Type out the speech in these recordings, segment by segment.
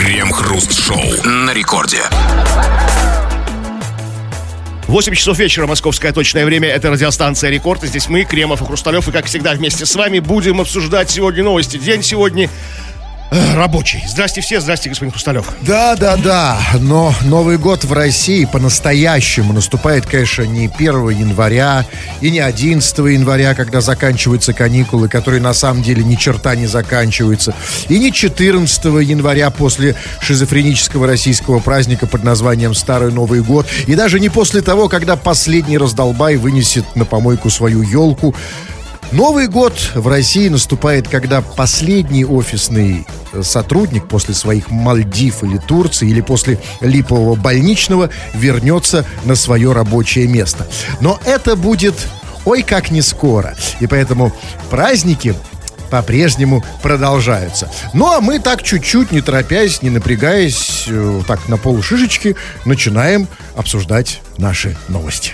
Крем-хруст-шоу на рекорде. 8 часов вечера, московское точное время. Это радиостанция «Рекорд». И здесь мы, Кремов и Хрусталев. И, как всегда, вместе с вами будем обсуждать сегодня новости. День сегодня рабочий. Здрасте все, здрасте, господин Хрусталев. Да, но Новый год в России по-настоящему наступает, конечно, не 1 января и не 11 января, когда заканчиваются каникулы, которые на самом деле ни черта не заканчиваются, и не 14 января после шизофренического российского праздника под названием Старый Новый год, и даже не после того, когда последний раздолбай вынесет на помойку свою елку. Новый год в России наступает, когда последний офисный сотрудник после своих Мальдив или Турции, или после липового больничного вернется на свое рабочее место. Но это будет ой как не скоро. И поэтому праздники по-прежнему продолжаются. Ну, а мы так чуть-чуть, не торопясь, не напрягаясь, так на полушишечки, начинаем обсуждать наши новости.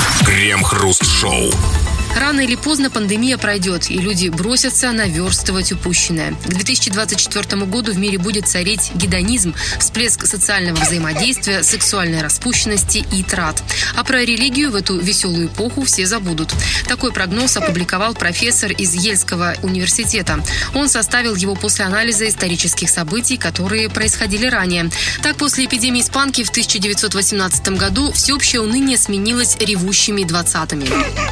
Крем-хруст-шоу. Рано или поздно пандемия пройдет, и люди бросятся наверстывать упущенное. К 2024 году в мире будет царить гедонизм, всплеск социального взаимодействия, сексуальной распущенности и трат. А про религию в эту веселую эпоху все забудут. Такой прогноз опубликовал профессор из Ельского университета. Он составил его после анализа исторических событий, которые происходили ранее. Так, после эпидемии испанки в 1918 году всеобщее уныние сменилось ревущими 20-ми.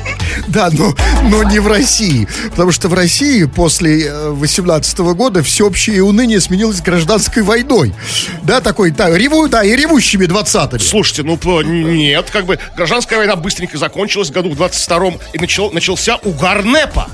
Да, но не в России. Потому что в России после 18 года всеобщее уныние сменилось гражданской войной. Да, такой, да, и ревущими 20-ми. Слушайте, нет, как бы гражданская война быстренько закончилась в году в 22-м, и начался угар НЭПа.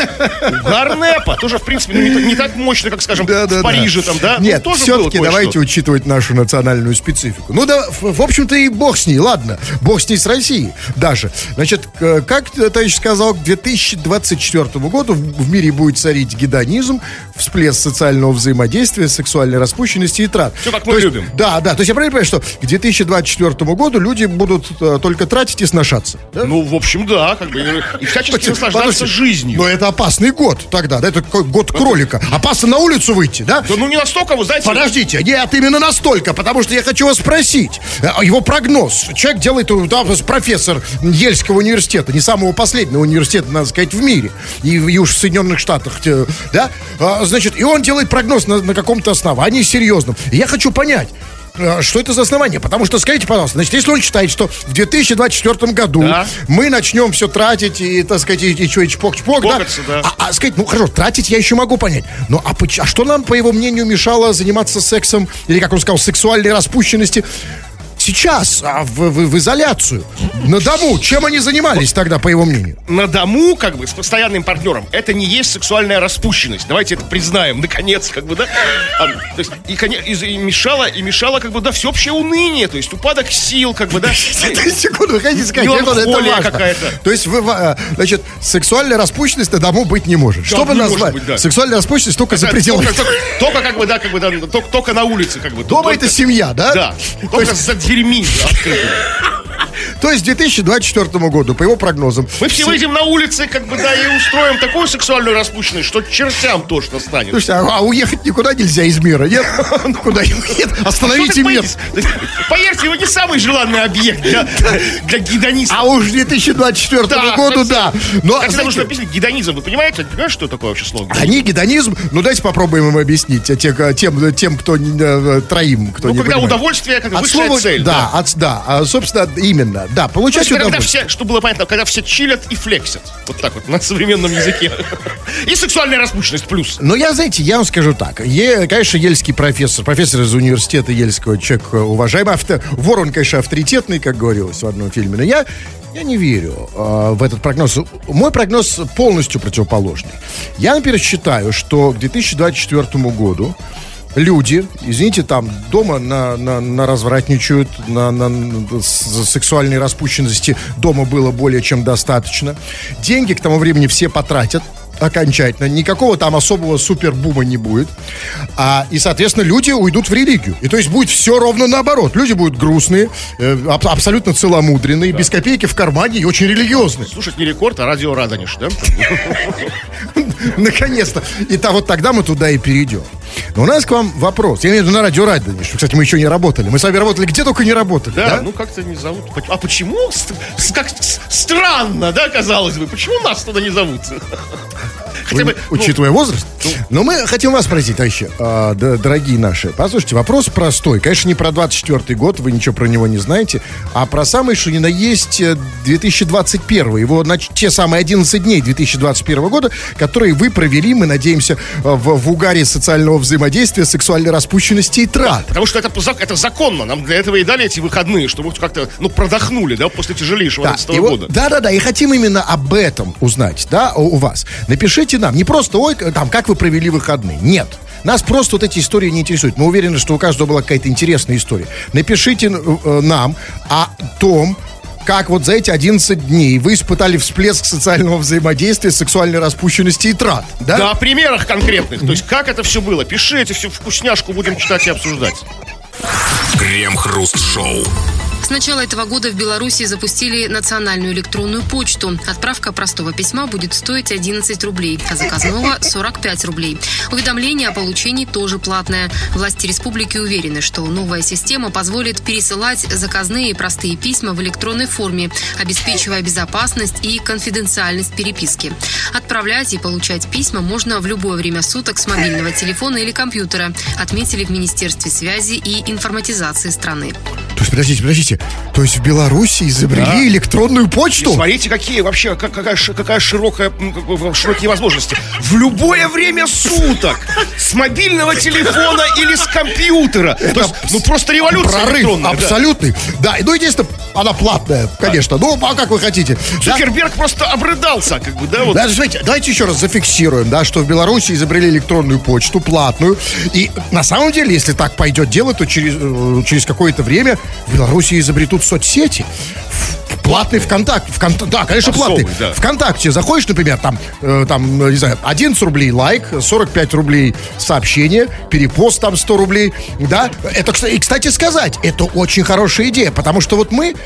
Угар НЭПа. Тоже, в принципе, не так мощно, как, скажем, в Париже там, да? Нет, все-таки давайте учитывать нашу национальную специфику. Ну да, в общем-то и бог с ней, ладно. Бог с ней, с Россией даже. Значит, как товарищ сказал, к 2024 году в мире будет царить гедонизм, всплеск социального взаимодействия, сексуальной распущенности и трат. Все, как мы любим. Да, то есть я правильно понимаю, что к 2024 году люди будут только тратить и сношаться? Да? Ну, в общем, да, как бы, и всячески наслаждаться жизнью. Но это опасный год тогда, да, это такой год кролика. Опасно на улицу выйти, да? Да ну не настолько, вы знаете. Подождите, нет, именно настолько, потому что я хочу вас спросить. Его прогноз. Человек делает, да, профессор Ельского университета, не самого последнего университета, надо сказать, в мире, и уж в Соединенных Штатах, да, значит, и он делает прогноз на каком-то основании серьезном. И я хочу понять, что это за основание? Потому что, скажите, пожалуйста, значит, если он считает, что в 2024 году мы начнем все тратить и, так сказать, и чпок-чпок, да? Сказать, ну, хорошо, тратить я еще могу понять. Но а что нам, по его мнению, мешало заниматься сексом, или, как он сказал, сексуальной распущенности сейчас, в изоляцию, на дому? Чем они занимались тогда, по его мнению? На дому, как бы, с постоянным партнером, это не есть сексуальная распущенность. Давайте это признаем, наконец, как бы, да? То есть, и мешало, как бы, да, всеобщее уныние, то есть упадок сил, как бы, да? Секунду, вы хотите сказать, меланхолия какая-то. То есть, значит, сексуальная распущенность на дому быть не может. Что бы назвать? Сексуальная распущенность только за пределами. Только, как бы, да, только на улице, как бы. Дома это семья, да? Да. Только за дверьми. То есть к 2024 году, по его прогнозам, мы все выйдем на улицы, как бы, да, и устроим такую сексуальную распущенность, что чертям тошно станет. Слушайте, а уехать никуда нельзя из мира, нет? Куда нет? Остановите мир. Поверьте, вы не самый желанный объект для гедонизма. А уж к 2024 году, да. Но когда нужно объяснить гедонизм, вы понимаете, что такое вообще слово? Они гедонизм, ну дайте попробуем им объяснить тем, кто троим, кто не понимает. Ну, когда удовольствие, как высшая цель. Да, собственно, именно, да, получать удовольствие. Чтобы было понятно, когда все чилят и флексят. Вот так вот, на современном языке. И сексуальная распущенность плюс. Но я вам скажу так. Конечно, ельский профессор из университета Ельского, человек уважаемый. Вор он, конечно, авторитетный, как говорилось в одном фильме. Но я не верю в этот прогноз. Мой прогноз полностью противоположный. Я, например, считаю, что к 2024 году люди, извините, там дома на развратничают, на сексуальной распущенности дома было более чем достаточно. Деньги к тому времени все потратят. окончательно, никакого там особого супербума не будет. И, соответственно, люди уйдут в религию. И то есть будет все ровно наоборот. Люди будут грустные, абсолютно целомудренные, без копейки в кармане и очень религиозные. Слушать не рекорд, а радио Радонеж, да? Наконец-то. И вот тогда мы туда и перейдем. Но у нас к вам вопрос. Я имею в виду на радио Радонеж. Кстати, мы еще не работали. Мы с вами работали где только не работали. Да, ну как-то не зовут. А почему? Как странно, да, казалось бы. Почему нас туда не зовут? Хотя бы, учитывая возраст. Но мы хотим вас спросить, товарищи, дорогие наши. Послушайте, вопрос простой. Конечно, не про 24-й год, вы ничего про него не знаете, а про самый, что ни на есть, 2021. Его, значит, те самые 11 дней 2021 года, которые вы провели, мы надеемся, в угаре социального взаимодействия, сексуальной распущенности и трат. Потому что это законно. Нам для этого и дали эти выходные, чтобы как-то, продохнули, да, после тяжелейшего 2012 года. Да. И хотим именно об этом узнать, да, у вас. Напишите нам. Не просто, как вы провели выходные. Нет. Нас просто вот эти истории не интересуют. Мы уверены, что у каждого была какая-то интересная история. Напишите нам о том, как вот за эти 11 дней вы испытали всплеск социального взаимодействия, сексуальной распущенности и трат. Да? Да, о примерах конкретных. То есть, как это все было. Пишите всю вкусняшку, будем читать и обсуждать. Крем-хруст-шоу. С начала этого года в Беларуси запустили национальную электронную почту. Отправка простого письма будет стоить 11 рублей, а заказного 45 рублей. Уведомление о получении тоже платное. Власти республики уверены, что новая система позволит пересылать заказные и простые письма в электронной форме, обеспечивая безопасность и конфиденциальность переписки. Отправлять и получать письма можно в любое время суток с мобильного телефона или компьютера, отметили в Министерстве связи и информатизации страны. То есть, подождите. То есть в Беларуси изобрели электронную почту? И смотрите, какие вообще, какая широкие возможности. В любое время суток. С мобильного телефона или с компьютера. То есть, просто революция электронная. Абсолютный. Да, единственное, она платная, конечно. Ну, а как вы хотите? Цукерберг просто обрыдался, да, вот. Да, смотрите, давайте еще раз зафиксируем, да, что в Беларуси изобрели электронную почту, платную. И на самом деле, если так пойдет дело, то через какое-то время в Беларуси изобретут соцсети. Платный ВКонтакте. Да, конечно, платный. Да. ВКонтакте заходишь, например, там, не знаю, 11 рублей лайк, 45 рублей сообщение, перепост там 100 рублей. Да, это, кстати сказать, это очень хорошая идея, потому что вот мы,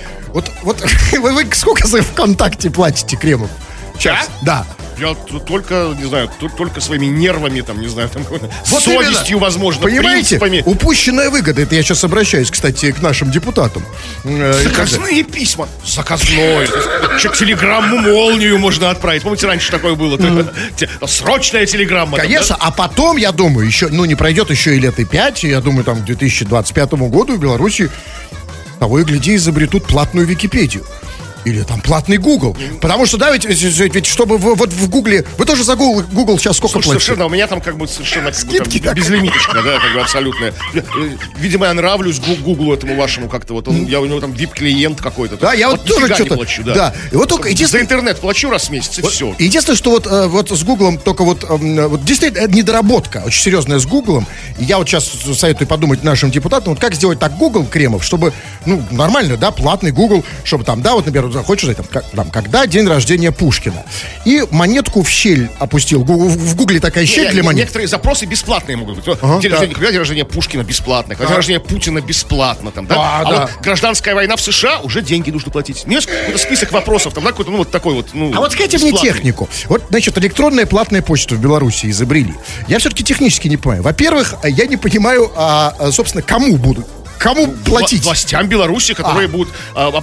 вы сколько за ВКонтакте платите, Кремов? Час? Да. Я только, не знаю, только своими нервами, там, не знаю, там, вот совестью, именно. Возможно, понимаете? Принципами. Упущенная выгода. Это я сейчас обращаюсь, кстати, к нашим депутатам. Заказные письма. Заказное. Телеграмму молнию можно отправить. Помните, раньше такое было? Срочная телеграмма. Конечно, а потом, я думаю, еще, не пройдет еще и лет и 5, я думаю, там, к 2025 году в Беларуси, того и гляди, изобретут платную Википедию. Или там платный Google. Потому что, да, ведь чтобы вот в Гугле... Вы тоже за Google сейчас сколько платите? Совершенно, у меня там совершенно безлимиточка, да, абсолютная. Видимо, я нравлюсь Гуглу этому вашему как-то. Вот у него там VIP-клиент какой-то. Да, я вот тоже что-то... плачу, да. И вот только за интернет плачу раз в месяц, и все. Единственное, что вот с Гуглом только вот действительно недоработка очень серьезная с Гуглом. И я вот сейчас советую подумать нашим депутатам, вот как сделать так Google, Кремов, чтобы, нормально, да, платный Google, чтобы там, да, вот, например, хочешь знать, когда день рождения Пушкина. И монетку в щель опустил. В Гугле такая щель для монет. Некоторые запросы бесплатные могут быть. Когда день рождения Пушкина бесплатно, когда день рождения Путина бесплатно. Там, да? А вот гражданская война в США, уже деньги нужно платить. Есть какой-то список вопросов, там, да, какой-то, вот такой вот. А вот скажите мне технику. Вот, значит, электронная платная почта в Беларуси изобрели. Я все-таки технически не понимаю. Во-первых, я не понимаю, собственно, кому платить? Властям Беларуси, которые будут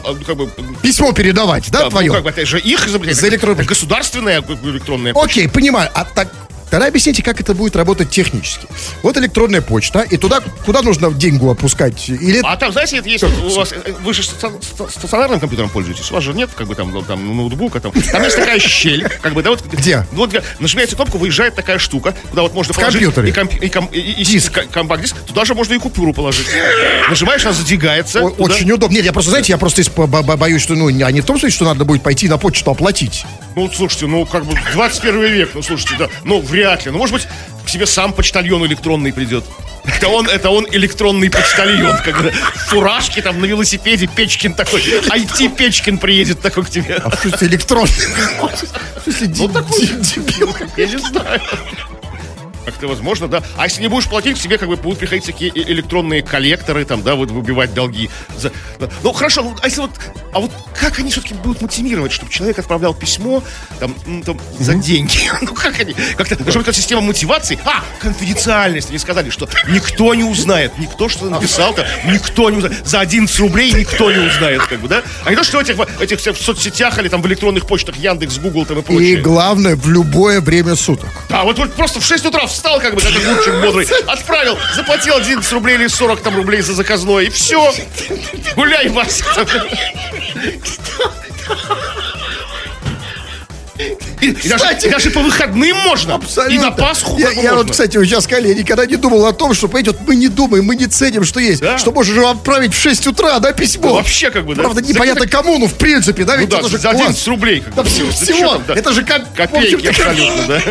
письмо передавать, да, твое? Это же их изобретение. Государственная электронная почта. Окей, понимаю. Тогда объясните, как это будет работать технически. Вот электронная почта, и куда нужно деньгу опускать? А там, знаете, это есть у вас, вы же стационарным компьютером пользуетесь, у вас же нет, там ноутбука, там есть такая щель, да, вот. Где? Вот нажимаете кнопку, выезжает такая штука, куда вот можно положить. В компьютере. И диск, компакт-диск, туда же можно и купюру положить. Нажимаешь, она задвигается. Очень удобно. Нет, я просто, боюсь, что, а не в том случае, что надо будет пойти на почту оплатить. Слушайте, 21 век, слушайте, да, в вряд ли. Ну, может быть, к себе сам почтальон электронный придет. Это он электронный почтальон, когда в фуражке, там, на велосипеде, Печкин такой, IT-Печкин приедет такой к тебе. А что это электронный? Ну, такой дебил, я не знаю. Как-то возможно, да. А если не будешь платить, к себе как бы будут приходить всякие электронные коллекторы, там, да, вот выбивать долги. Ну, хорошо, ну, а если вот... А вот как они все-таки будут мотивировать, чтобы человек отправлял письмо, там за деньги? Ну, как они? Как-то, должна быть система мотивации. Конфиденциальность. Они сказали, что никто не узнает. Никто, что написал-то, никто не узнает. За 11 рублей никто не узнает, как бы, да? А не то, что в этих в соцсетях или там в электронных почтах Яндекс, Google там и прочее. И главное, в любое время суток. Да, вот просто в 6 утра встал, как бы, как лучший, бодрый, отправил, заплатил 11 рублей или 40 там рублей за заказное, и все. Гуляй, Вася. И даже по выходным можно. Абсолютно. И на Пасху я вот, кстати, сейчас сказали, я никогда не думал о том, что, понимаете, вот мы не думаем, мы не ценим, что есть. Да. Что можешь отправить в 6 утра, да, письмо. Да, вообще, как бы, да. Правда, непонятно кому, ну, в принципе, да, ведь да, это же за 11 рублей. Как да, бы, всего. Там, да. Это же копейки абсолютно, да.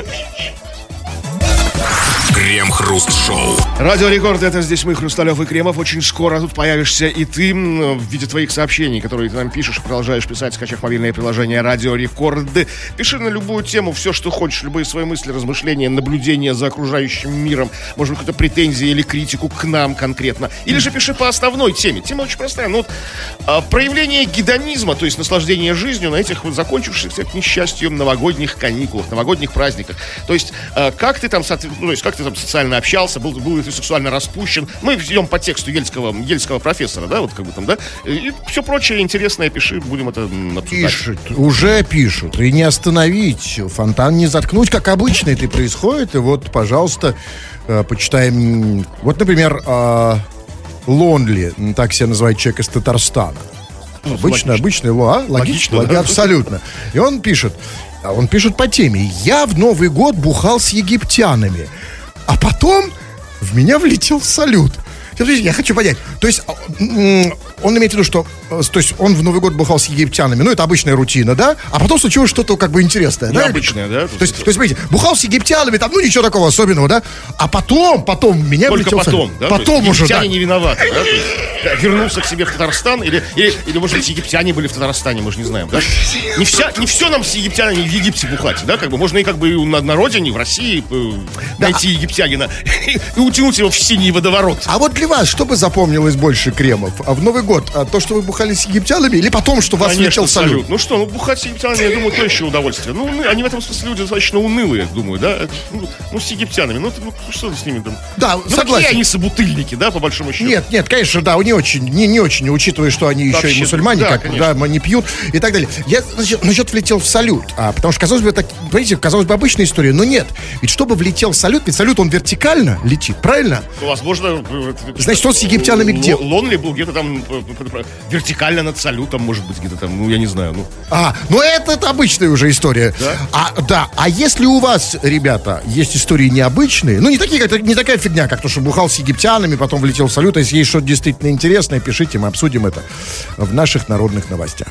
Крем-хруст-шоу. Радио Рекорд, это здесь мы, Хрусталев и Кремов. Очень скоро тут появишься и ты в виде твоих сообщений, которые ты нам пишешь, продолжаешь писать, скачав мобильное приложение Радио Рекорд. Пиши на любую тему, все, что хочешь, любые свои мысли, размышления, наблюдения за окружающим миром, может быть, какие-то претензии или критику к нам конкретно. Или же пиши по основной теме. Тема очень простая. Ну, вот, проявление гедонизма, то есть наслаждение жизнью на этих вот закончившихся, к несчастью, новогодних каникулах, новогодних праздниках. То есть, как ты там, ну, то есть, как ты там социально общался, был ли ты сексуально распущен. Мы идем по тексту ельского профессора, да, вот как бы там, да, и все прочее интересное пиши, будем это обсуждать. Пишут, уже пишут, и не остановить, фонтан не заткнуть, как обычно это и происходит, и вот, пожалуйста, почитаем, вот, например, Лонли, так себя называет человек из Татарстана. Обычный, логично, да? Абсолютно. И он пишет по теме: я в Новый год бухал с египтянами, а потом в меня влетел салют. Я хочу понять. То есть он имеет в виду, что то есть он в Новый год бухал с египтянами, ну это обычная рутина, да? А потом случилось что-то как бы интересное, да? Необычное, да? То есть, смотрите, бухал с египтянами, там, ну ничего такого особенного, да? А потом меня влетел салют. Да? Потом уже, египтяне не виноваты, да? Вернулся к себе в Татарстан, или может быть, египтяне были в Татарстане, мы же не знаем, да? Не все нам с египтянами в Египте бухать, да? Как бы можно и как бы на родине, в России найти египтянина и утянуть его в синий водоворот. А вот для вас, что бы запомнилось больше, Кремов? А в Новый год то, что вы бухали с египтянами, или потом, что вас влетел салют? Ну что, бухать с египтянами, я думаю, то еще удовольствие. Ну, они в этом смысле люди достаточно унылые, я думаю, да? Ну, с египтянами, ну что с ними там? Да, согласен. Какие они собутыльники, да, по большому счету? Нет, конечно, да, не очень, учитывая, что они еще и мусульмане, да, они пьют и так далее. Я, насчет влетел в салют, потому что, казалось бы, обычная история, но нет. Ведь чтобы влетел в салют, ведь салют, он вертикально летит, правильно? Ну, возможно... Значит, он с египтянами где? Лонли был где-то там вертикально над салютом, может быть, где-то там, ну, я не знаю. Ну это обычная уже история. Да? А если у вас, ребята, есть истории необычные, ну, не такая фигня, как то, что бухал с египтянами, потом влетел в салют, а если есть что-то действительно интересное, пишите, мы обсудим это в наших народных новостях.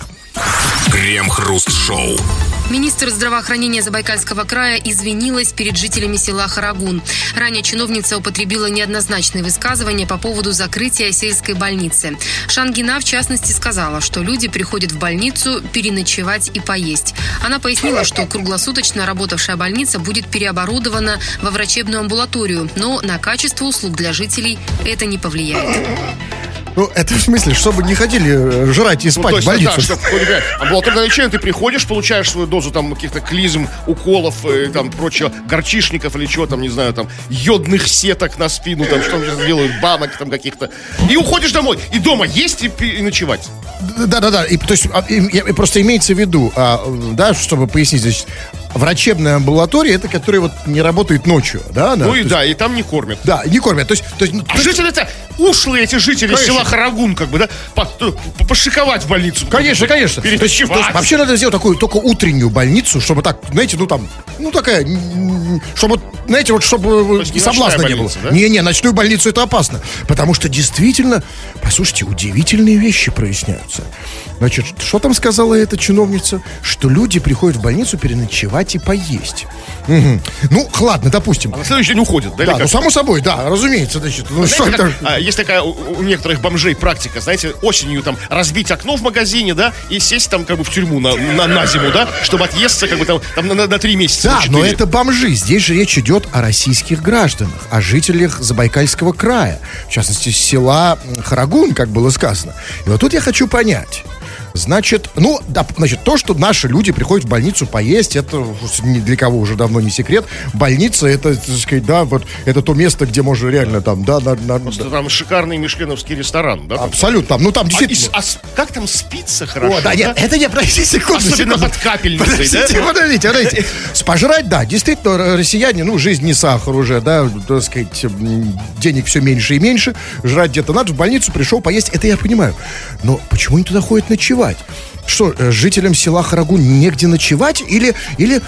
Крем-хруст-шоу. Министр здравоохранения Забайкальского края извинилась перед жителями села Харагун. Ранее чиновница употребила неоднозначные высказывания по поводу закрытия сельской больницы. Шангина, в частности, сказала, что люди приходят в больницу переночевать и поесть. Она пояснила, что круглосуточно работавшая больница будет переоборудована во врачебную амбулаторию, но на качество услуг для жителей это не повлияет. Ну, это в смысле, чтобы не ходили жрать и спать в больницу. Да, чтобы, амбулаторное лечение, ты приходишь, получаешь свою дозу там каких-то клизм, уколов, там, прочего, горчишников или чего там, не знаю, там, йодных сеток на спину, там, что сейчас делают, банок там каких-то. И уходишь домой. И дома есть и ночевать. Да. И, то есть, просто имеется в виду, да, чтобы пояснить здесь, врачебная амбулатория, это которая вот не работает ночью, да? Ну и да, и там не кормят. Да, не кормят. То есть жители-то ушлые эти жители Конечно. села Харагун, как бы, да, пошиковать в больницу. Конечно. Переночевать. То есть вообще надо сделать такую только утреннюю больницу, чтобы так, знаете, ну там, ну такая, чтобы, знаете, вот чтобы есть не соблазна ночная не было. больница, да? Не, ночную больницу это опасно. Потому что действительно, послушайте, удивительные вещи проясняются. Значит, что там сказала эта чиновница? Что люди приходят в больницу переночевать и поесть. Мгм. Ну, ладно, допустим. А на следующий день уходят, да? или Да, как? ну само собой, да, разумеется, значит. Ну, что Знаете, это? есть такая у некоторых бомжей практика, знаете, осенью там разбить окно в магазине, да, и сесть там как бы в тюрьму на зиму, да, чтобы отъесться как бы там на 3 месяца. Да, на 4. но это бомжи. Здесь же речь идет о российских гражданах, о жителях Забайкальского края. В частности, села Харагун, как было сказано. И вот тут я хочу понять. Значит, то, что наши люди приходят в больницу поесть, это ни для кого уже давно не секрет. Больница, это, так сказать, да, вот, это то место, где можно реально там, да, Просто там шикарный мишленовский ресторан, да? абсолютно, там, ну там действительно. Как там спится хорошо? О, да, нет, это не, подожди секунду. Особенно секунду. под капельницей, да? Подождите. Спожрать, да, действительно, россияне, ну, жизнь не сахар уже, да, так сказать, денег все меньше и меньше, жрать где-то надо, в больницу пришел поесть, это я понимаю. Но почему они туда ходят ночевать? Что, жителям села Харагун негде ночевать? Или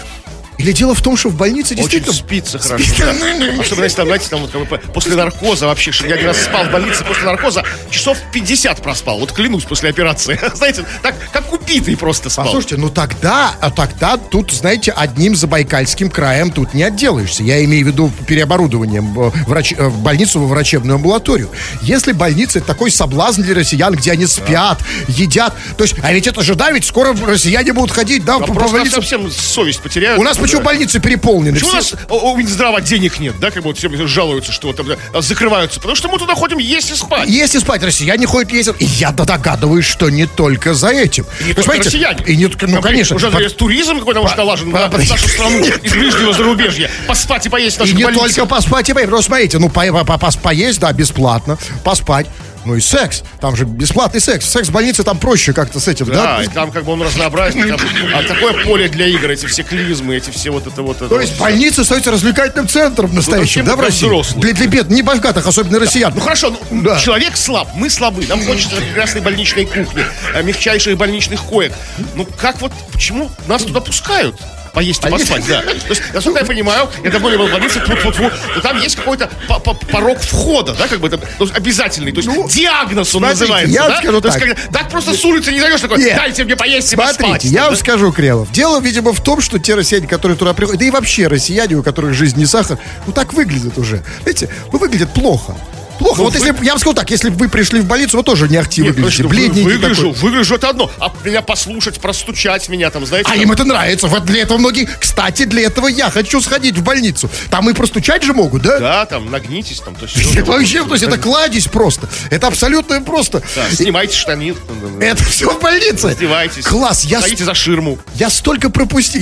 дело в том, что в больнице Очень действительно... спится хорошо, да. Особенно если там, знаете, там вот как бы после наркоза вообще, я один раз спал в больнице после наркоза, часов 50 проспал, вот клянусь, после операции. Знаете, так, как убитый просто спал. Послушайте, ну тогда тут, знаете, одним Забайкальским краем тут не отделаешься. Я имею в виду переоборудованием в больницу во врачебную амбулаторию. Если больница — это такой соблазн для россиян, где они спят, едят, то есть, а ведь это же, да, ведь скоро россияне будут ходить, да, по Просто больнице. совсем совесть потеряют. У нас почему больницы переполнены? Почему у Все- нас у Минздрава денег нет, да, как бы вот все жалуются, что там закрываются, потому что мы туда ходим есть и спать. Есть и спать, россияне ходят есть. И я догадываюсь, что не только за этим. Не только Понимаете? россияне. И не, ну, конечно. Уже туризм какой-то может налажен в нашу страну из ближнего зарубежья. Поспать и поесть в И нашей не больнице. только поспать и поесть. Просто смотрите, ну, поесть, да, бесплатно. Поспать. Ну и секс. Там же бесплатный секс. Секс в больнице там проще как-то с этим, Да, да? и там как бы он разнообразнее. А такое поле для игр, эти все клизмы, эти все вот это вот. То есть больница становится развлекательным центром настоящим, Ну, да, в для России? взрослых. Для бед, не богатых, особенно россиян. Ну хорошо, ну, Да. человек слаб, мы слабы, нам хочется прекрасной больничной кухни, мягчайших больничных коек. Ну как вот, почему нас туда пускают? Поесть и поспать, да. То есть, насколько я понимаю, я давно не был в больнице, но там есть какой-то порог входа, да, как бы это обязательный. То есть диагноз он смотрите, называется, я да? вам скажу То есть, так. когда так просто с улицы не зайдешь такой, Нет. дайте мне поесть и поспать. Смотрите, я да? вам скажу, Крелов. Дело, видимо, в том, что те россияне, которые туда приходят, да и вообще россияне, у которых жизнь не сахар, ну так выглядят уже. Знаете, ну выглядят плохо. Плохо. Ну, Вот если, я вам скажу так, если бы вы пришли в больницу, вы тоже не ахти Нет, выглядите. подожди, Бледненький такой. выгляжу это одно. А меня послушать, простучать меня там, знаете. А там, им это нравится. Вот для этого многие... Кстати, для этого я хочу сходить в больницу. Там и простучать же могут, да? Да, там, нагнитесь, там, то есть. Это вообще, то есть это кладезь просто. Это абсолютно просто. Да, снимайте штаны. Это все в больнице. Раздевайтесь. Класс, Стоите за ширму. я столько пропустил.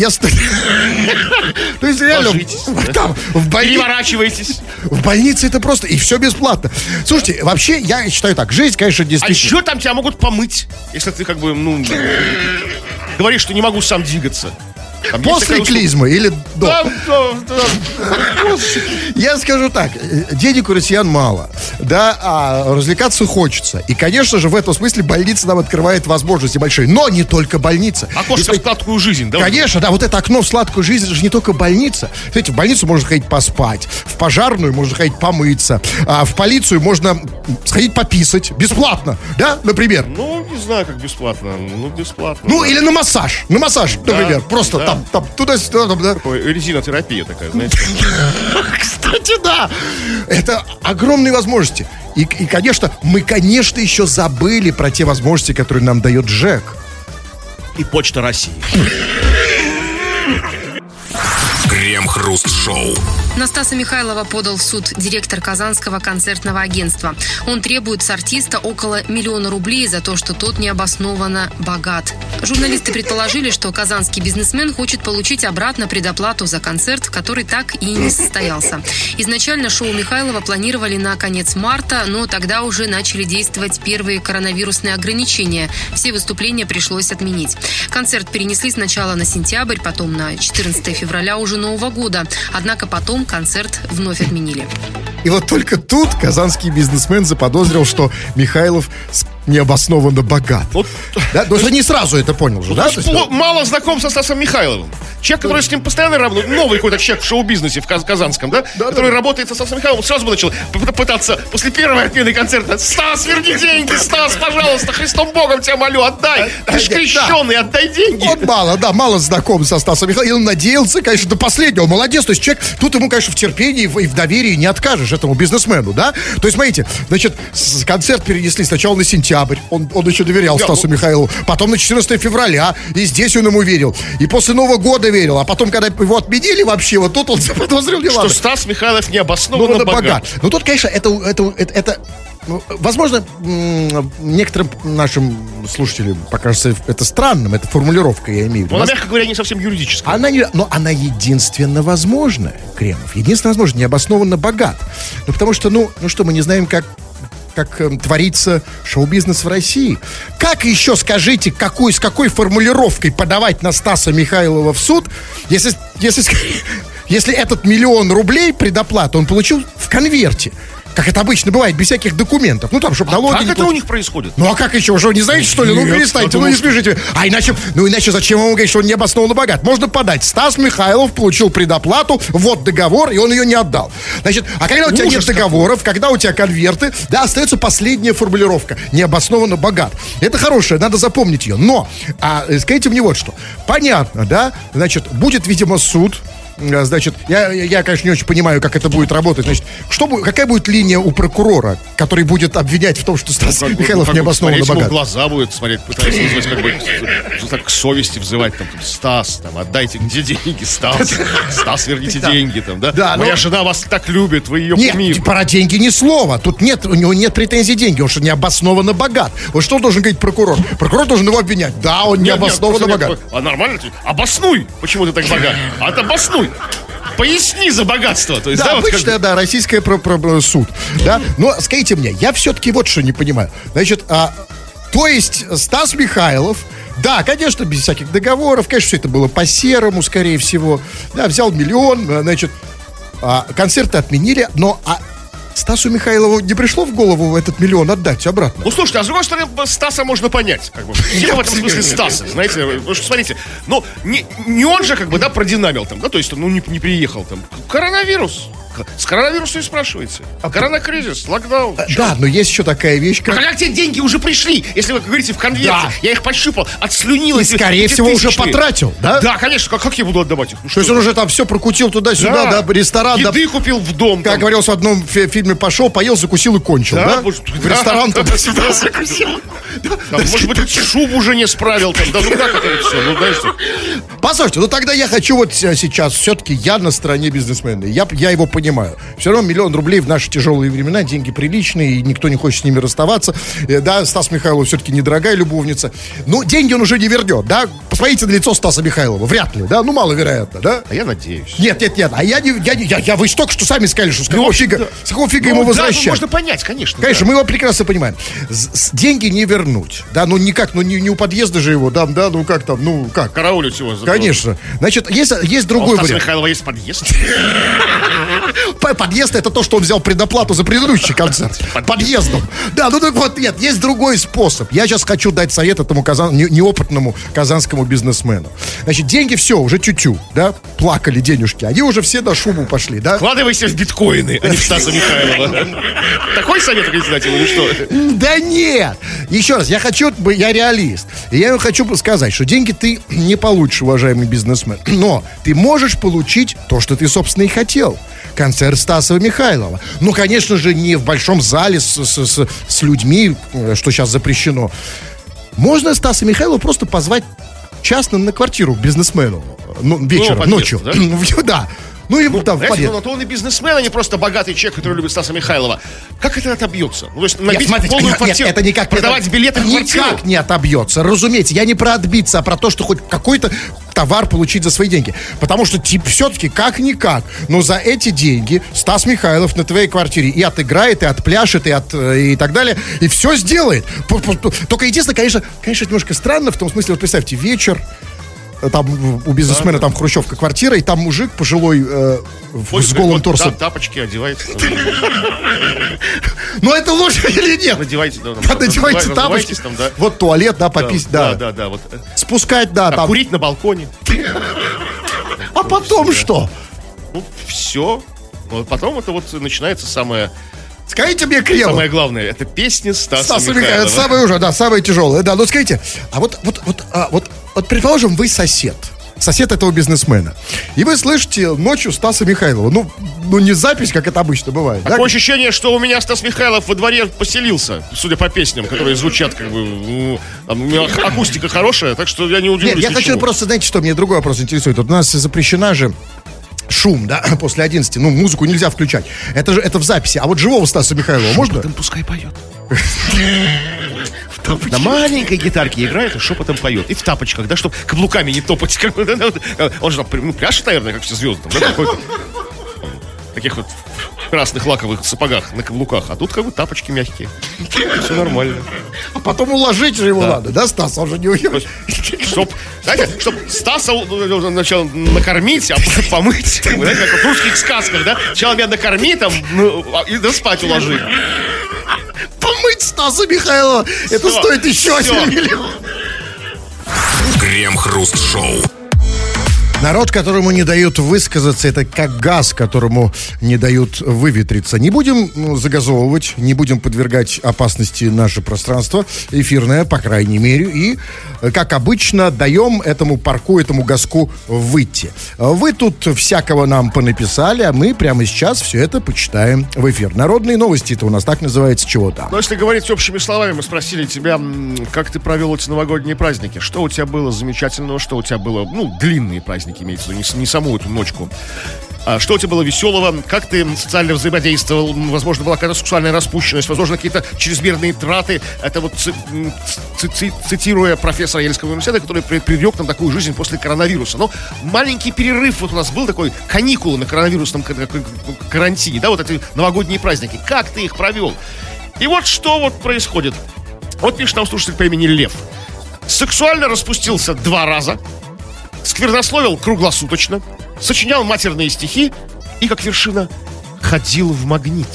То есть реально Ложитесь, там в больнице. Переворачивайтесь. В больнице это просто, и все бесплатно. Слушайте, вообще, я считаю так, жизнь, конечно, А действительно... еще там тебя могут помыть, если ты как бы, ну, говоришь, что не могу сам двигаться. Там есть После такая услуга. клизмы или до? Да. Я скажу так, денег у россиян мало, да, а развлекаться хочется. И, конечно же, в этом смысле больница нам открывает возможности большие. Но не только больница. Окошко в сладкую жизнь, да? Конечно, да, вот это окно в сладкую жизнь, это же не только больница. Знаете, в больницу можно ходить поспать, в пожарную можно ходить помыться, а в полицию можно сходить пописать бесплатно, да, например. Ну, не знаю, как бесплатно. Ну, бесплатно. Ну, да. или на массаж, например, просто да. там, туда-сюда, там, да. Такой резинотерапия такая, знаете. Кстати, да, это огромные возможности. И, конечно, мы, конечно, еще забыли про те возможности, которые нам дает ЖЭК. И Почта России. Крем-хруст-шоу. На Стаса Михайлова подал в суд директор Казанского концертного агентства. Он требует с артиста около 1 миллиона рублей за то, что тот необоснованно богат. Журналисты предположили, что казанский бизнесмен хочет получить обратно предоплату за концерт, который так и не состоялся. Изначально шоу Михайлова планировали на конец марта, но тогда уже начали действовать первые коронавирусные ограничения. Все выступления пришлось отменить. Концерт перенесли сначала на сентябрь, потом на 14 февраля уже Нового года. Однако потом концерт вновь отменили. И вот только тут казанский бизнесмен заподозрил, что Михайлов необоснованно богат. Вот. Да? Но не сразу это понял же, да? Мало знаком со Стасом Михайловым. Человек, который с ним постоянно работает, новый какой-то человек в шоу-бизнесе в казанском, да? Который работает со Стасом Михайловым, сразу бы начал пытаться после первой отмены концерта: Стас, верни деньги, Стас, пожалуйста, Христом Богом тебя молю, отдай. Ты ж крещеный, отдай деньги. Он мало знаком со Стасом Михайловым. И он надеялся, конечно, до последнего. Молодец, то есть человек, тут ему, конечно, в терпении и в доверии не откажешь этому бизнесмену, да? То есть, смотрите, значит, концерт перенесли сначала на сентябрь. Он еще доверял Стасу Михайлову. Потом на 14 февраля. И здесь он ему верил. И после Нового года верил. А потом, когда его отменили вообще, вот тут он заподозрил, что Стас Михайлов необоснованно богат. Ну, тут, конечно, это возможно, некоторым нашим слушателям покажется это странным, это формулировка, я имею в виду. Она, мягко говоря, не совсем юридическая. Но она единственно возможная, Кремов. Единственно возможно, необоснованно богат. Ну, потому что, что мы не знаем, как творится шоу-бизнес в России. Как еще, скажите, с какой формулировкой подавать на Стаса Михайлова в суд, если этот 1 миллион рублей предоплату он получил в конверте? Как это обычно бывает, без всяких документов. Ну, там, чтобы налоги... Как это у них происходит? Ну, а как еще? Уже не знаете, что ли? Ну, перестаньте, не смешите. Иначе зачем ему говорить, что он необоснованно богат? Можно подать. Стас Михайлов получил предоплату, вот договор, и он ее не отдал. Значит, а когда у тебя нет договоров, когда у тебя конверты, да, остается последняя формулировка. Необоснованно богат. Это хорошая, надо запомнить ее. Но, скажите мне вот что. Понятно, да? Значит, будет, видимо, суд. Значит, я, конечно, не очень понимаю, как это будет работать. Значит, какая будет линия у прокурора, который будет обвинять в том, что Стас Михайлов необоснованно богат? Ему в глаза будет смотреть, пытаясь вызвать, так к совести взывать, там, Стас, там, отдайте, где деньги, Стас, верните деньги, там, да? Моя жена вас так любит, вы ее кумир. Нет, про деньги ни слова. Тут у него нет претензий деньги, он что, необоснованно богат. Вот что должен говорить прокурор? Прокурор должен его обвинять. Да, он необоснованно богат. А нормально? Обоснуй, почему ты так богат. Обоснуй. Поясни за богатство. То есть, да, обычно, да, российская суд. Да? Но скажите мне, я все-таки вот что не понимаю. Значит, то есть Стас Михайлов, да, конечно, без всяких договоров, конечно, все это было по-серому, скорее всего. Да, взял 1 миллион, значит, концерты отменили, но... Стасу Михайлову не пришло в голову этот 1 миллион отдать обратно? Ну, слушайте, а с другой стороны, Стаса можно понять. В этом смысле Стаса, знаете. Потому что, смотрите, не он же, продинамил там, да, то есть, не приехал там. Коронавирус. С коронавирусом и спрашиваете. Коронакризис, локдаун. Да, но есть еще такая вещь, как... А когда те деньги уже пришли, если вы говорите в конверте, я их пощупал, отслюнил. И, скорее всего, уже потратил, да? Да, конечно, как я буду отдавать их? То есть он уже там все прокутил туда-сюда, да, ресторан. Еды купил в дом. Как говорилось в одном фильме, пошел, поел, закусил и кончил, да? В ресторан туда-сюда закусил. Может быть, шубу уже не справил там. Да, как это все? Знаете. Послушайте, тогда я хочу вот сейчас, все-таки я на стороне бизнесмена. Я его понимаю. Все равно 1 миллион рублей в наши тяжелые времена, деньги приличные, и никто не хочет с ними расставаться. Да, Стас Михайлов все-таки недорогая любовница. Но деньги он уже не вернет, да? Посмотрите на лицо Стаса Михайлова, вряд ли, да? Маловероятно, да? А я надеюсь. Нет, а вы только что сами сказали, что с какого фига ему возвращать? Да, можно понять, конечно. Конечно, мы его прекрасно понимаем. Деньги не вернуть, да, никак, не у подъезда же его, да, как там, как? Караулить его. Конечно. Значит, есть другой вариант. У Стаса Михайлова есть подъезд? Подъезд — это то, что он взял предоплату за предыдущий концерт. Подъездом. Да, нет, есть другой способ. Я сейчас хочу дать совет этому неопытному казанскому бизнесмену. Значит, деньги все, уже тю-тю, да, плакали денежки. Они уже все на шубу пошли, да. Вкладывайся в биткоины, а не в Стаса Михайлова. Такой совет хотите дать ему или что? Да нет. Еще раз, я реалист. И я хочу сказать, что деньги ты не получишь, уважаемый бизнесмен. Но ты можешь получить то, что ты, собственно, и хотел. Концерт Стаса Михайлова. Ну, конечно же, не в большом зале с людьми, что сейчас запрещено. Можно Стаса Михайлова просто позвать частно на квартиру к бизнесмену. Вечером, ночью. Да? То он и бизнесмен, а не просто богатый человек, который любит Стаса Михайлова. Как это отобьется? То есть набить полную квартиру, это никак продавать билеты в квартиру? Никак не отобьется. Разумеется, я не про отбиться, а про то, что хоть какой-то товар получить за свои деньги. Потому что все-таки как-никак, но за эти деньги Стас Михайлов на твоей квартире и отыграет, и отпляшет, и так далее, и все сделает. Только единственное, конечно, немножко странно в том смысле, вот представьте, вечер, там у бизнесмена там хрущевка квартира, и там мужик пожилой с голым торсом. Тапочки одевайте. Ну это лучше или нет? Надевайте тапочки. Вот туалет, да, попить, да. Да. Спускать, да, там. Курить на балконе. А потом что? Ну, все. Потом это вот начинается самое... Скажите мне, Кремов. Самое главное, это песня Стаса Михайлова. Это самое уже, да, самое тяжелое. Да, ну скажите, вот предположим, вы сосед этого бизнесмена, и вы слышите ночью Стаса Михайлова. Ну не запись, как это обычно бывает. Такое да? ощущение, что у меня Стас Михайлов во дворе поселился, судя по песням, которые звучат, как бы, у меня акустика хорошая, так что я не удивлюсь. Нет, я хочу просто, знаете, что меня другой вопрос интересует. Вот у нас запрещена же шум, да, после 11. Ну, музыку нельзя включать. Это в записи. А вот живого Стаса Михайлова можно? Шепотом пускай поет. На маленькой гитарке играет и шепотом поет. И в тапочках, да, чтобы каблуками не топать. Он же там пляшет, наверное, как все звезды. В таких вот красных лаковых сапогах на каблуках. А тут как бы тапочки мягкие. Все нормально. А потом уложить же его надо, да, Стаса? Он же не уйдет. Чтоб Стаса сначала накормить, а потом помыть. Знаете, как в русских сказках, да? Сначала меня накорми там, и да спать уложи. Помыть Стаса Михайлова, это стоит еще 1 миллион. Крем-хруст-шоу. Народ, которому не дают высказаться, это как газ, которому не дают выветриться. Не будем загазовывать, не будем подвергать опасности наше пространство эфирное, по крайней мере. И, как обычно, даем этому парку, этому газку выйти. Вы тут всякого нам понаписали, а мы прямо сейчас все это почитаем в эфир. Народные новости, это у нас так называется, чего там. Но если говорить общими словами, мы спросили тебя, как ты провел эти новогодние праздники. Что у тебя было замечательного, что у тебя было, длинные праздники, имеется в виду, не саму эту ночку. Что у тебя было веселого? Как ты социально взаимодействовал? Возможно, была какая-то сексуальная распущенность, возможно, какие-то чрезмерные траты. Это вот цитируя профессора Ельского университета, который привлек нам такую жизнь после коронавируса. Но маленький перерыв вот у нас был, такой каникулы на коронавирусном карантине, да, вот эти новогодние праздники. Как ты их провел? И вот что вот происходит. Вот пишет нам слушатель по имени Лев. Сексуально распустился 2 раза, сквернословил круглосуточно, сочинял матерные стихи и, как вершина, ходил в Магнит.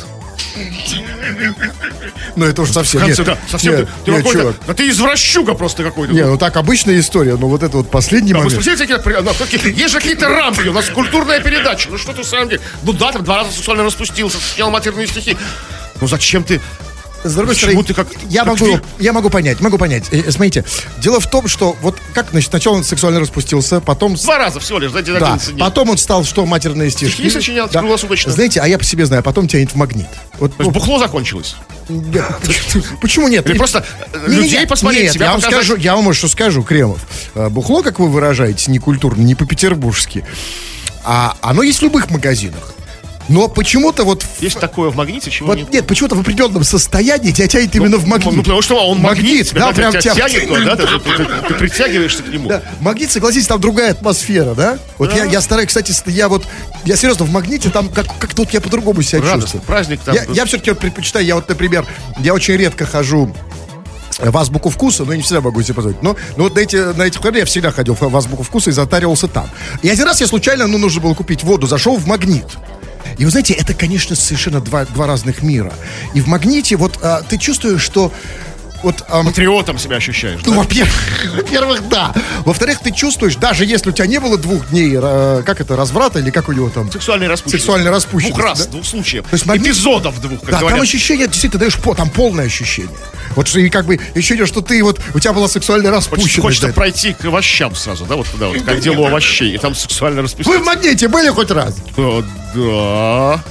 Ну это уж совсем. Совсем. Ты извращуга просто какой-то. Не, так обычная история, но вот это вот последний момент. Есть же какие-то рамки, у нас культурная передача. Ну что ты, в самом деле? Ну да, там 2 раза сексуально распустился, сочинял матерные стихи. Ну зачем ты... С другой стороны, я могу понять. Смотрите, дело в том, что вот как, значит, сначала он сексуально распустился, потом... 2 раза всего лишь, знаете, 11 дней. Потом он стал, что, матерные стишки. Стихи сочинял круглосуточно. Знаете, а я по себе знаю, потом тянет в Магнит. Вот, то есть бухло закончилось? Почему нет? Или просто людей посмотреть, себя показать? Я вам что скажу, Кремов. Бухло, как вы выражаете, не культурно, не по-петербургски, а оно есть в любых магазинах. Но почему-то вот... Есть такое в Магните, чего вот нет? Нет, почему-то в определенном состоянии тебя тянет именно в Магнит. Ну, потому что он магнит, да, прям тебя тянет, да, ты притягиваешься к нему. Да. Магнит, согласитесь, там другая атмосфера, да? Вот да. Я стараюсь, кстати, я серьезно, в Магните там как-то вот я по-другому себя чувствую. Праздник там. Я все-таки вот предпочитаю, я вот, например, я очень редко хожу в азбуку вкуса, но я не всегда могу себе позволить. Но вот на этих выходных я всегда ходил в азбуку вкуса и затаривался там. И один раз я случайно, нужно было купить воду, зашел в Магнит. И вы знаете, это, конечно, совершенно два разных мира. И в Магните вот ты чувствуешь, что... Вот, патриотом себя ощущаешь, ну, да? Во-первых, да. Во-вторых, ты чувствуешь, даже если у тебя не было 2 дней, разврата, или как у него там... Сексуальной распущенности. 2 раз, 2 случаев. То есть, эпизодов 2, как да, говорят. там ощущение, действительно, ты даешь там полное ощущение. Вот и как бы ощущение, что ты вот, у тебя была сексуальная распущенность. Хочется пройти к овощам сразу, да, вот туда вот, как дело овощей, и там сексуально распущенность. Вы в Магните были хоть раз? Да.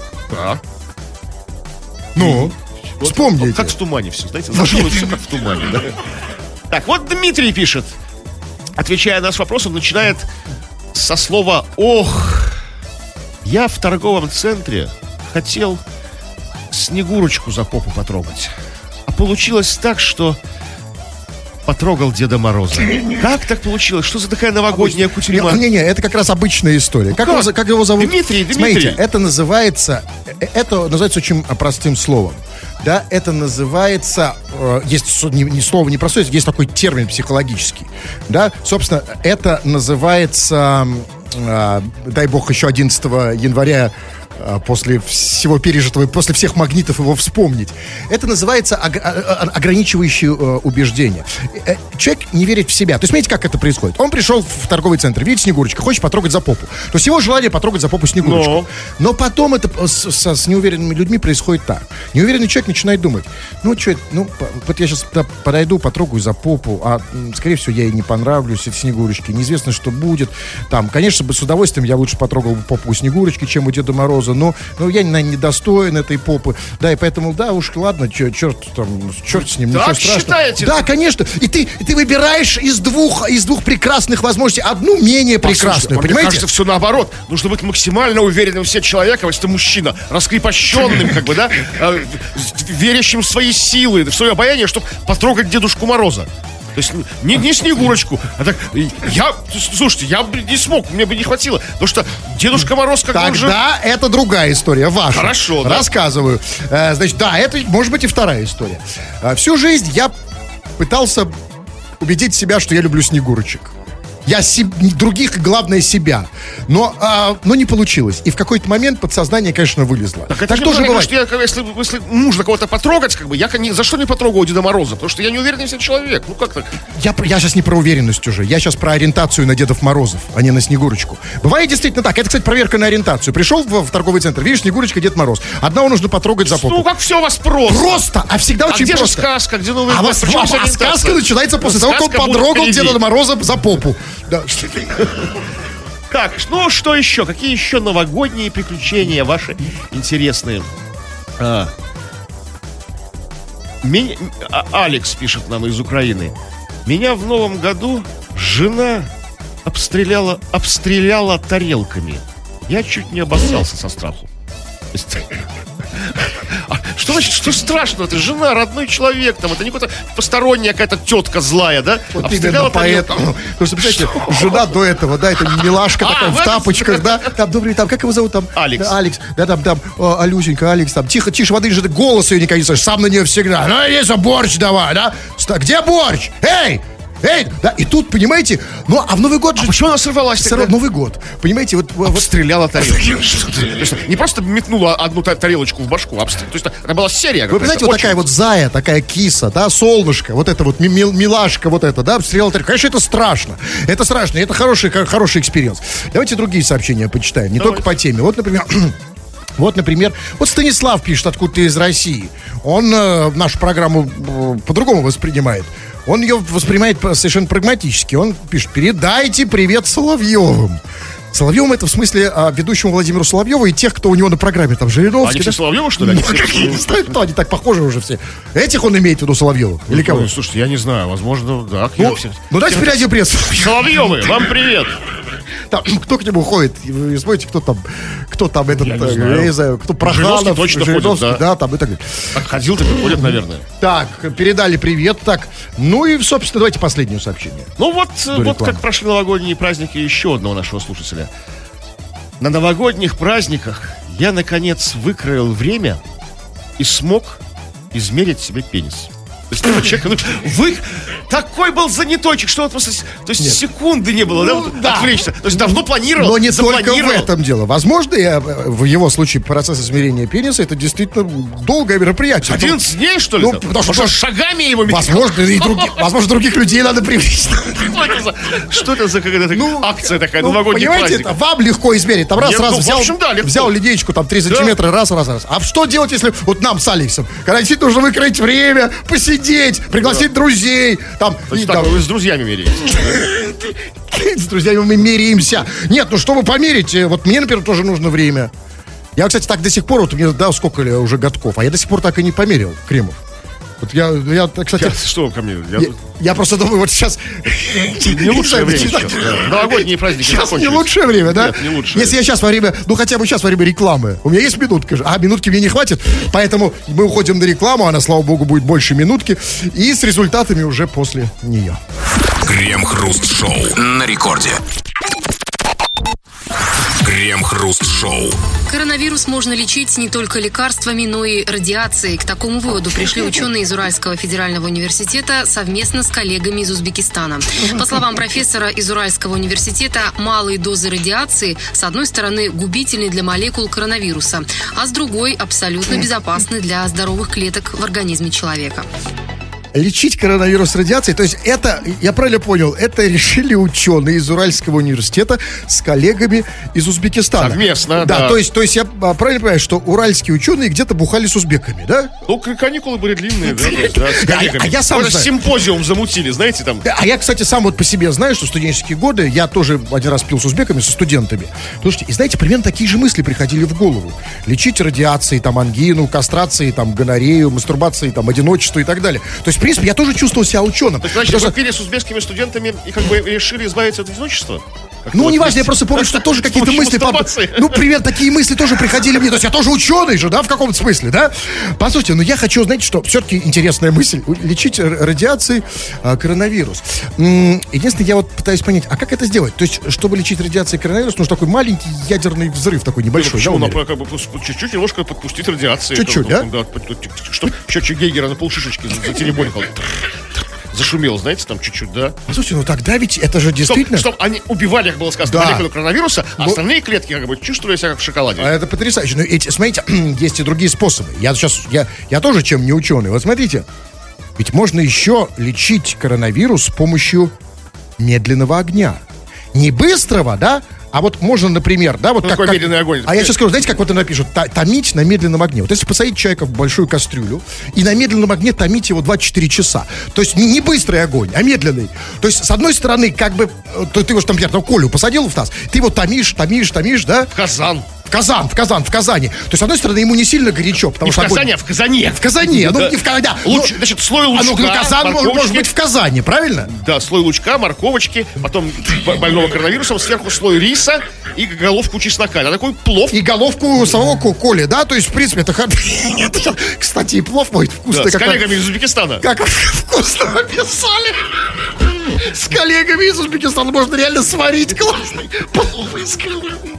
Ну... Вот, вспомните. Как в тумане все, знаете, зашло все как в тумане, да? Так, вот Дмитрий пишет, отвечая на наш вопрос, он начинает со слова «Ох, я в торговом центре хотел Снегурочку за попу потрогать, а получилось так, что потрогал Деда Мороза». Как так получилось? Что за такая новогодняя кутерьма? Не, это как раз обычная история. Как его зовут? Дмитрий. Смотрите, это называется очень простым словом. да, это называется, есть слово непростое, есть такой термин психологический, да, собственно, это называется, дай бог, еще 11 января, после всего пережитого, после всех магнитов его вспомнить. Это называется ограничивающее убеждение. Человек не верит в себя. То есть, смотрите, как это происходит. Он пришел в торговый центр, видит Снегурочку, хочет потрогать за попу. То есть, его желание потрогать за попу Снегурочку. Но потом это с неуверенными людьми происходит так. Неуверенный человек начинает думать, вот я сейчас подойду, потрогаю за попу, а, скорее всего, я ей не понравлюсь, этой Снегурочке. Неизвестно, что будет. Там, конечно, с удовольствием я лучше потрогал попу у Снегурочки, чем у Деда Мороза. Но я, наверное, недостоин этой попы. Да, и поэтому, да, уж ладно, черт с ним, ничего страшного. Считаете? Да, конечно. И ты выбираешь из двух прекрасных возможностей одну менее прекрасную, понимаете? Мне кажется, все наоборот. Нужно быть максимально уверенным в себе человеком, если ты мужчина, раскрепощенным, как бы, да, верящим в свои силы, в свое обаяние, чтобы потрогать Дедушку Мороза. То есть не Снегурочку, а так, слушайте, я бы не смог, мне бы не хватило, потому что Дедушка Мороз как бы уже... Тогда это другая история, ваша. Хорошо, да. Рассказываю. Значит, да, это может быть и вторая история. Всю жизнь я пытался убедить себя, что я люблю Снегурочек. Я других, главное, себя. Но не получилось. И в какой-то момент подсознание, конечно, вылезло. Так тоже бывает. Что если нужно кого-то потрогать, как бы, я ни за что не потрогаю Деда Мороза, потому что я не уверенный в себе человек. Ну как так? Я сейчас не про уверенность уже. Я сейчас про ориентацию на Дедов Морозов, а не на Снегурочку. Бывает действительно так. Это, кстати, проверка на ориентацию. Пришел в торговый центр, видишь, Снегурочка, Дед Мороз. Одного нужно потрогать за попу. Ну как все у вас просто. Просто, а всегда очень где просто. Же сказка, где Новый год? А сказка начинается после того, как он потрогал Деда Мороза за попу. Да. Так, ну что еще? Какие еще новогодние приключения ваши интересные? Алекс пишет нам из Украины. Меня в новом году жена обстреляла тарелками. Я чуть не обоссался со страху. Что значит, что страшно? Это жена, родной человек, там, это не какая-то посторонняя какая-то тетка злая, да? Вот именно поэтому. Потому что, представляете, жена до этого, да, это милашка такая в тапочках, да? Там, добрый, там, как его зовут там? Алекс. Да, Алекс, да, там, Алюсенька, Алекс, там, тише, воды, же голос ее никогда не слышишь, сам на нее всегда. Ну, есть борщ давай, да? Где борщ? Эй! Да, и тут, понимаете, ну, а в Новый год же... почему она сорвалась тогда? Новый год, понимаете, вот... Обстреляла тарелку. Не просто метнула одну тарелочку в башку, то есть это была серия. Вы знаете, вот такая вот зая, такая киса, да, солнышко, вот это вот милашка, вот это, да, обстреляла тарелку. Конечно, это страшно, и это хороший экспириенс. Давайте другие сообщения почитаем, не только по теме. Вот, например, Станислав пишет, откуда-то из России. Он нашу программу по-другому воспринимает. Он ее воспринимает совершенно прагматически. Он пишет: передайте привет Соловьевым. Соловьевым — это в смысле ведущему Владимиру Соловьеву и тех, кто у него на программе. Там Жириновский. Они все Соловьевы, что ли? Я не знаю, кто. Они так похожи уже все. Этих он имеет в виду, Соловьеву? Или кого? Слушайте, я не знаю. Возможно, да. Ну, дайте передадим пресс. Соловьевы, вам привет. Там, кто к нему ходит? Вы смотрите, кто там этот, я не знаю, кто Проханов, Жириновский, да, там и так далее. Ходил, так и ходит, наверное. Так, передали привет, так. Ну и, собственно, давайте последнее сообщение. Ну вот как прошли новогодние праздники еще одного нашего слушателя. На новогодних праздниках я, наконец, выкроил время и смог измерить себе пенис. То есть, человек, такой был занятойчик, что вот просто, то есть, секунды не было, да, отвлечься. То есть давно планировал. Но не только в этом дело. Возможно, в его случае процесс измерения пениса — это действительно долгое мероприятие. 11 дней, что ли? Ну, потому что шагами его мерить. Возможно, других людей надо привлечь. Что это за какая-то акция такая, новогодний праздник? Понимаете, вам легко измерить. Там раз взял линеечку, там 3 сантиметра, раз. А что делать, если вот нам с Алексом, когда действительно нужно выкроить время, посидеть, пригласить друзей. Вы с друзьями меряете? С друзьями мы меряемся. Нет, ну чтобы померить, вот мне, например, тоже нужно время. Я, кстати, так до сих пор, вот мне сколько ли уже годков, а я до сих пор так и не померил, Кремов. Вот я, кстати... Что ко мне? Я просто думаю, вот сейчас... Не лучшее время сейчас. Новогодние праздники сейчас не лучшее время, да? Нет, не лучшее. Если я сейчас во время... Ну, хотя бы сейчас во время рекламы. У меня есть минутка же. А минутки мне не хватит. Поэтому мы уходим на рекламу. Она, слава богу, будет больше минутки. И с результатами уже после нее. Крем-хруст-шоу на рекорде. Крем-хруст-шоу. Коронавирус можно лечить не только лекарствами, но и радиацией. К такому выводу пришли ученые из Уральского федерального университета совместно с коллегами из Узбекистана. По словам профессора из Уральского университета, малые дозы радиации, с одной стороны, губительны для молекул коронавируса, а с другой, абсолютно безопасны для здоровых клеток в организме человека. Лечить коронавирус радиацией, то есть это, я правильно понял, это решили ученые из Уральского университета с коллегами из Узбекистана. Совместно, да. То есть я правильно понимаю, что уральские ученые где-то бухали с узбеками, да? Ну, каникулы были длинные, да, с коллегами. А я сам знаю. Симпозиум замутили, знаете, там. А я, кстати, сам вот по себе знаю, что в студенческие годы я тоже один раз пил с узбеками, со студентами. Слушайте, и знаете, примерно такие же мысли приходили в голову. Лечить радиацией, там, ангину, кастрацией, там, гонорею, мастурбацией, там, одиночество и так далее. То есть, в принципе, я тоже чувствовал себя ученым. То есть, значит, вы пили с узбекскими студентами и как бы решили избавиться от одиночества? Ну, неважно, я просто помню, что тоже какие-то мысли... Ну, примерно такие мысли тоже приходили мне. То есть я тоже ученый же, да, в каком-то смысле, да? Послушайте, но я хочу, знаете, что все-таки интересная мысль. Лечить радиацией коронавирус. Единственное, я вот пытаюсь понять, а как это сделать? То есть, чтобы лечить радиацией коронавирус, нужно такой маленький ядерный взрыв, такой небольшой. Почему? Да, как бы чуть-чуть немножко подпустить радиации. Чуть-чуть, да? Чтобы счетчик Гейгера на полшишечки затеребонькал. Зашумел, знаете, там чуть-чуть, да? Слушайте, ну тогда ведь это же действительно... Чтоб они убивали, как было сказано, молекулу коронавируса, а остальные клетки как бы чувствовали себя как в шоколаде. А это потрясающе. Но смотрите, есть и другие способы. Я тоже чем не ученый. Вот смотрите, ведь можно еще лечить коронавирус с помощью медленного огня. Не быстрого, да? А вот можно, например, да, вот как медленный огонь. А я сейчас скажу, знаете, как вот это напишут? Томить на медленном огне. Вот если посадить человека в большую кастрюлю и на медленном огне томить его 24 часа. То есть не быстрый огонь, а медленный. То есть, с одной стороны, как бы, ты его, например, Колю посадил в таз, ты его томишь, да? В казан. В Казани. То есть, с одной стороны, ему не сильно горячо, потому что... Не в Казани, а в Казане. В Казане, да. Ну, не в Казани. Значит, слой лучка, Казан может быть в Казани, правильно? Да, слой лучка, морковочки, потом больного коронавирусом, сверху слой риса и головку чеснока. Это такой плов. И головку самого Коли, да? То есть, в принципе, это... Кстати, и плов будет вкусный. Да, с коллегами из Узбекистана. Как вкусно написали. С коллегами из Узбекистана можно реально сварить классный плов из коллегами.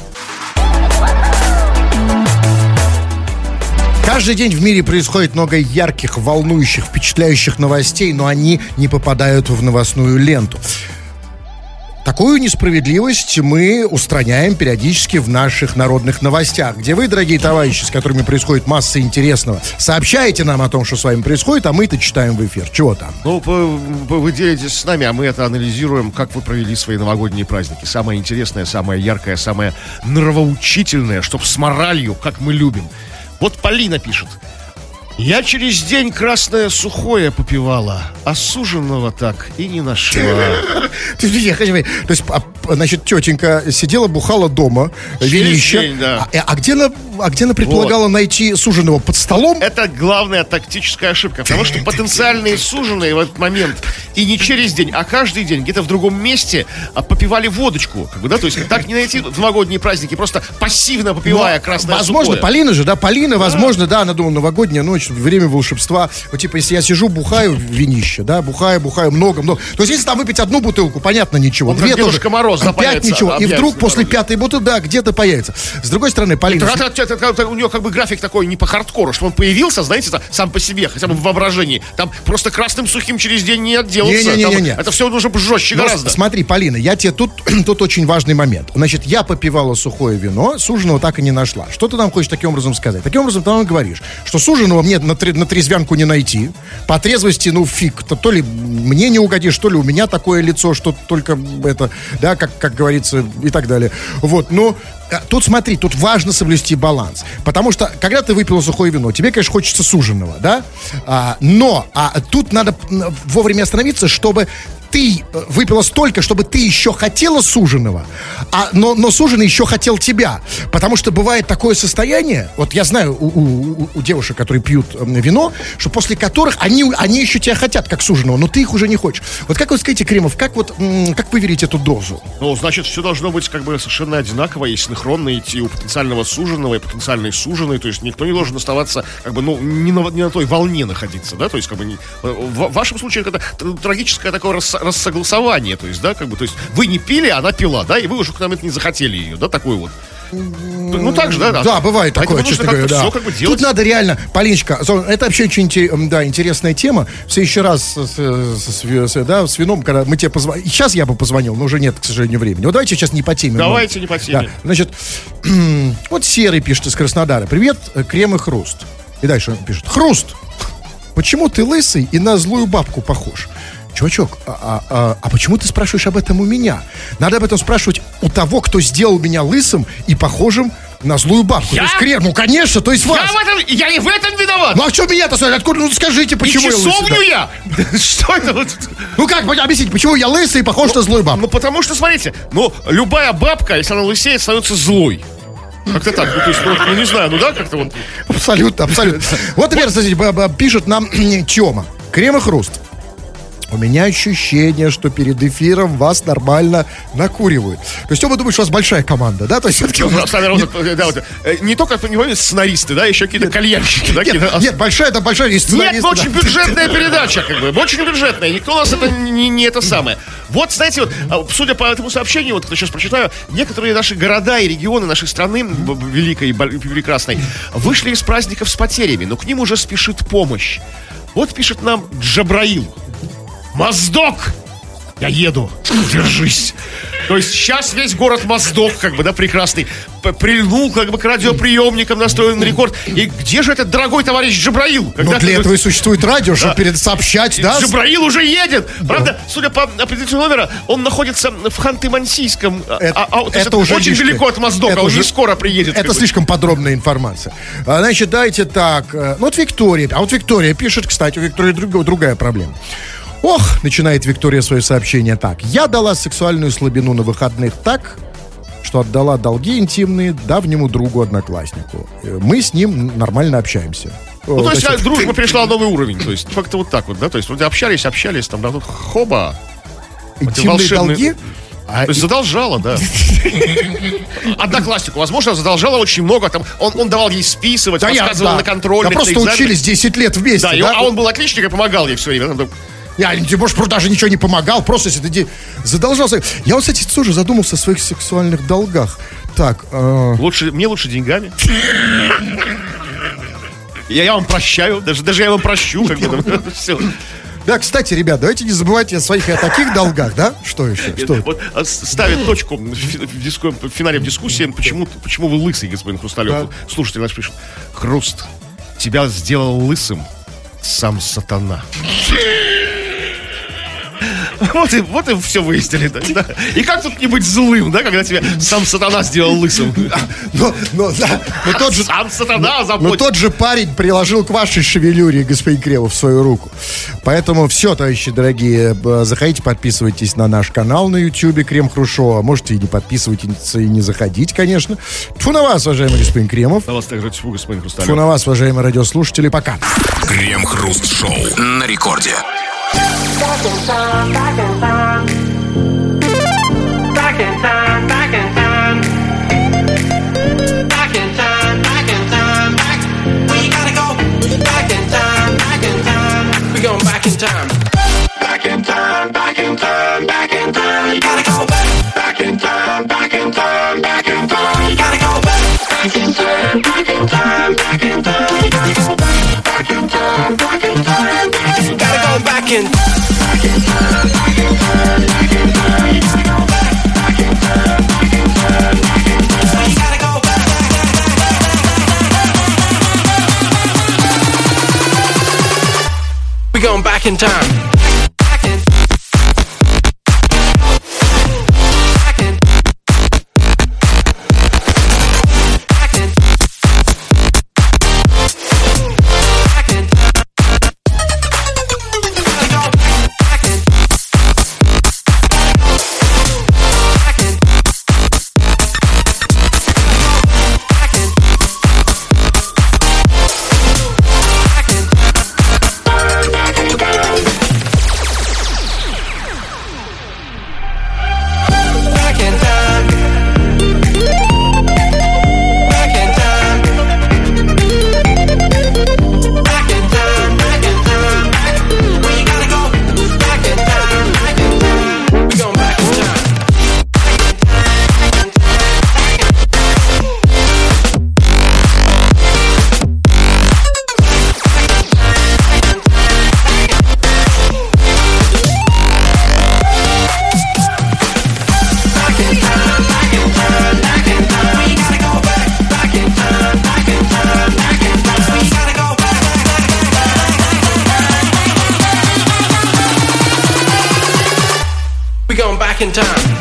Каждый день в мире происходит много ярких, волнующих, впечатляющих новостей, но они не попадают в новостную ленту. Такую несправедливость мы устраняем периодически в наших народных новостях, где вы, дорогие товарищи, с которыми происходит масса интересного, сообщаете нам о том, что с вами происходит, а мы это читаем в эфир. Чего там? Ну, вы делитесь с нами, а мы это анализируем, как вы провели свои новогодние праздники. Самое интересное, самое яркое, самое нравоучительное, чтоб с моралью, как мы любим. Вот Полина пишет. Я через день красное сухое попивала, а суженого так и не нашла. То есть, значит, тетенька сидела, бухала дома, винище. Да. А где она предполагала найти суженого? Под столом? Это главная тактическая ошибка, потому что потенциальные суженые в этот момент и не через день, а каждый день где-то в другом месте попивали водочку. Как бы, да? То есть так не найти в новогодние праздники, просто пассивно попивая красное возможно, сухое. Полина, возможно, да, она думала, новогодняя ночь, время волшебства. Вот типа, если я сижу, бухаю винище, да, бухаю много. То есть, если там выпить одну бутылку, понятно, ничего. Он две как Дедушка Мороз, да, 5 ничего. И вдруг после 5-й бутылки, да, где-то появится. С другой стороны, Полина... У него как бы график такой не по хардкору, что он появился, знаете, сам по себе, хотя бы в воображении. Там просто красным сухим через день не отделаться. Не. Это все нужно жестче гораздо. Смотри, Полина, я тебе тут очень важный момент. Значит, я попивала сухое вино, суженого так и не нашла. Что ты нам хочешь таким образом сказать? Таким образом ты нам говоришь, что суженого мне на трезвянку не найти. По трезвости, фиг. То ли мне не угодишь, то ли у меня такое лицо, что только это, да, как говорится, и так далее. Вот, тут смотри, тут важно соблюсти баланс. Потому что, когда ты выпила сухое вино, тебе, конечно, хочется суженого, да? Но тут надо вовремя остановиться, чтобы ты выпила столько, чтобы ты еще хотела суженого, но суженый еще хотел тебя. Потому что бывает такое состояние, вот я знаю у девушек, которые пьют вино, что после которых они еще тебя хотят, как суженого, но ты их уже не хочешь. Вот как вы скажите, Кремов, как выверить эту дозу? Ну, значит, все должно быть как бы совершенно одинаково и синхронно идти у потенциального суженого и потенциальной суженой, то есть никто не должен оставаться, как бы, не на той волне находиться, да, то есть, как бы, в вашем случае это трагическое такое рассогласование, то есть, да, как бы, то есть, вы не пили, она пила, да, и вы уже в момент не захотели ее, да, такой вот. Ну, так же, да? Да, бывает такое, честно говоря, да. Тут надо реально, Полиночка, это вообще очень интересная тема. В следующий раз с вином, когда мы тебе позвонили, сейчас я бы позвонил, но уже нет, к сожалению, времени. Вот давайте сейчас не по теме. Давайте не по теме. Да. Значит, вот Серый пишет из Краснодара. Привет, Крем и Хруст. И дальше он пишет. Хруст, почему ты лысый и на злую бабку похож? Чувачок, а почему ты спрашиваешь об этом у меня? Надо об этом спрашивать у того, кто сделал меня лысым и похожим на злую бабку. Я? То есть Крем, ну конечно, то есть вас. Я не в этом виноват. Ну а что меня-то, откуда, ну скажите, почему я лысый? Часовню я? Что это вот? Ну как объяснить, почему я лысый и похож на злую бабку? Ну потому что, смотрите, любая бабка, если она лысеет, становится злой. Как-то так, ну, то есть, ну, не знаю, ну да, как-то вот. Абсолютно. Вот теперь, смотрите, пишет нам Тёма. Крем и Хруст. У меня ощущение, что перед эфиром вас нормально накуривают. То есть Тёма думает, что у вас большая команда, да? То есть все-таки... Не только, понимаете, сценаристы, да, еще какие-то кальянщики, да? Нет, большая, есть сценаристы. Нет, очень бюджетная передача, как бы, очень бюджетная. Никто у нас это не это самое. Вот, знаете, вот, судя по этому сообщению, вот, сейчас прочитаю, некоторые наши города и регионы нашей страны, великой и прекрасной, вышли из праздников с потерями, но к ним уже спешит помощь. Вот пишет нам Джабраил. Моздок! Я еду, держись. То есть сейчас весь город Моздок, как бы, да, прекрасный, прильнул, как бы, к радиоприемникам, настроен на рекорд. И где же этот дорогой товарищ Джабраил? Но для этого и существует радио, чтобы сообщать, да? Джабраил уже едет. Правда, судя по определению номера, он находится в Ханты-Мансийском. Это уже очень далеко от Моздока, он не скоро приедет. Это слишком подробная информация. Значит, дайте так. Ну вот Виктория. А вот Виктория пишет, кстати, у Виктории другая проблема. Ох, начинает Виктория свое сообщение так. Я дала сексуальную слабину на выходных так, что отдала долги интимные давнему другу-однокласснику. Мы с ним нормально общаемся. Ну, то есть дружба перешла на новый уровень. То есть как-то вот так вот, да? То есть вроде общались, там, да, тут хоба. Интимные долги? То есть задолжала, да. Однокласснику, возможно, задолжала очень много. Там, он давал ей списывать, подсказывал на контрольных. Да просто учились 10 лет вместе. Да, а он был отличник и помогал ей все время. Я, может, даже ничего не помогал, просто если ты задолжался. Я вот, кстати, тоже задумался о своих сексуальных долгах. Так, мне лучше деньгами. Я вам прощаю, даже я вам прощу, как бы, все. Да, кстати, ребят, давайте не забывайте о своих и о таких долгах, да? Что еще? Что? Вот ставит точку в финале в дискуссии, почему вы лысый, господин Хрусталев. Да. Слушайте, наш пишет. Хруст, тебя сделал лысым сам сатана. Вот и все выяснили, да. И как тут не быть злым, да, когда тебя сам сатана сделал лысым? Сам сатана заботится. Но тот же парень приложил к вашей шевелюре, господин Кремов, свою руку. Поэтому все, товарищи дорогие, заходите, подписывайтесь на наш канал на YouTube Крем Хрушоу. Можете и не подписываться, и не заходить, конечно. Тьфу на вас, уважаемый господин Кремов. На вас также тьфу, господин Хрусталев. Тьфу на вас, уважаемые радиослушатели. Пока. Крем-хруст-шоу на рекорде. Back in time, back in time. Back in time, back in time. Back in time, back in time. We gotta go. Back in time, back in time. We going back in time. Back in time, back in time, back in time. Gotta go back. Back in time, back in time, back in time. Gotta go back. Back in time, back in time, back in time. Gotta go back. Back in time, back in time, back in time. Gotta go back in. Back in time, back in time, back in time. Gotta go back. Back in time, back in time, back in time. You gotta go back. We going back in time. back in time.